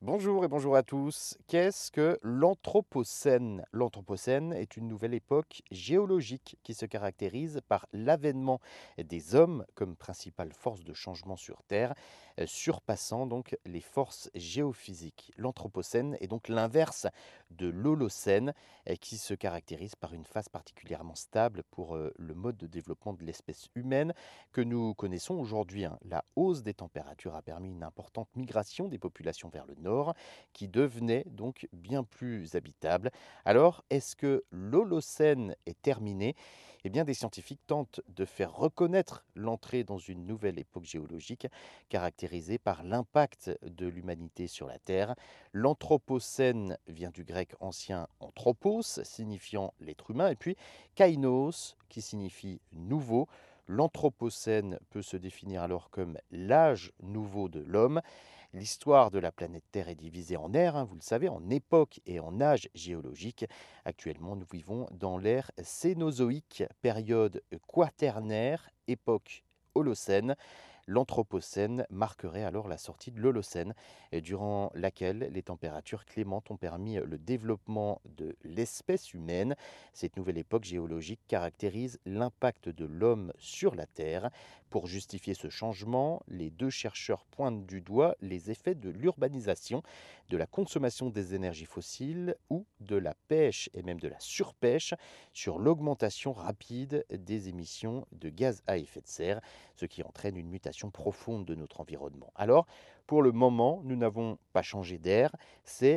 Bonjour et bonjour à tous. Qu'est-ce que l'Anthropocène? L'Anthropocène est une nouvelle époque géologique qui se caractérise par l'avènement des hommes comme principale force de changement sur Terre, surpassant donc les forces géophysiques. L'Anthropocène est donc l'inverse de l'Holocène qui se caractérise par une phase particulièrement stable pour le mode de développement de l'espèce humaine que nous connaissons aujourd'hui, hein. La hausse des températures a permis une importante migration des populations vers le nord, qui devenait donc bien plus habitable. Alors, est-ce que l'Holocène est terminé? Eh bien, des scientifiques tentent de faire reconnaître l'entrée dans une nouvelle époque géologique caractérisée par l'impact de l'humanité sur la Terre. L'Anthropocène vient du grec ancien anthropos, signifiant l'être humain, et puis kainos, qui signifie nouveau. L'Anthropocène peut se définir alors comme l'âge nouveau de l'homme. L'histoire de la planète Terre est divisée en ères, hein, vous le savez, en époques et en âges géologiques. Actuellement, nous vivons dans l'ère Cénozoïque, période quaternaire, époque Holocène. L'Anthropocène marquerait alors la sortie de l'Holocène, durant laquelle les températures clémentes ont permis le développement de l'espèce humaine. Cette nouvelle époque géologique caractérise l'impact de l'homme sur la Terre. Pour justifier ce changement, les deux chercheurs pointent du doigt les effets de l'urbanisation, de la consommation des énergies fossiles ou de la pêche et même de la surpêche sur l'augmentation rapide des émissions de gaz à effet de serre, ce qui entraîne une mutation profonde de notre environnement. Alors, pour le moment, nous n'avons pas changé d'air, c'est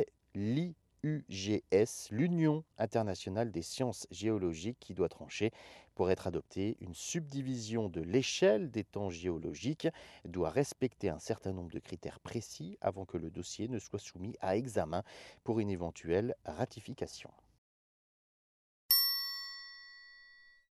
l'UGS, l'Union internationale des sciences géologiques, qui doit trancher. Pour être adoptée, une subdivision de l'échelle des temps géologiques doit respecter un certain nombre de critères précis avant que le dossier ne soit soumis à examen pour une éventuelle ratification.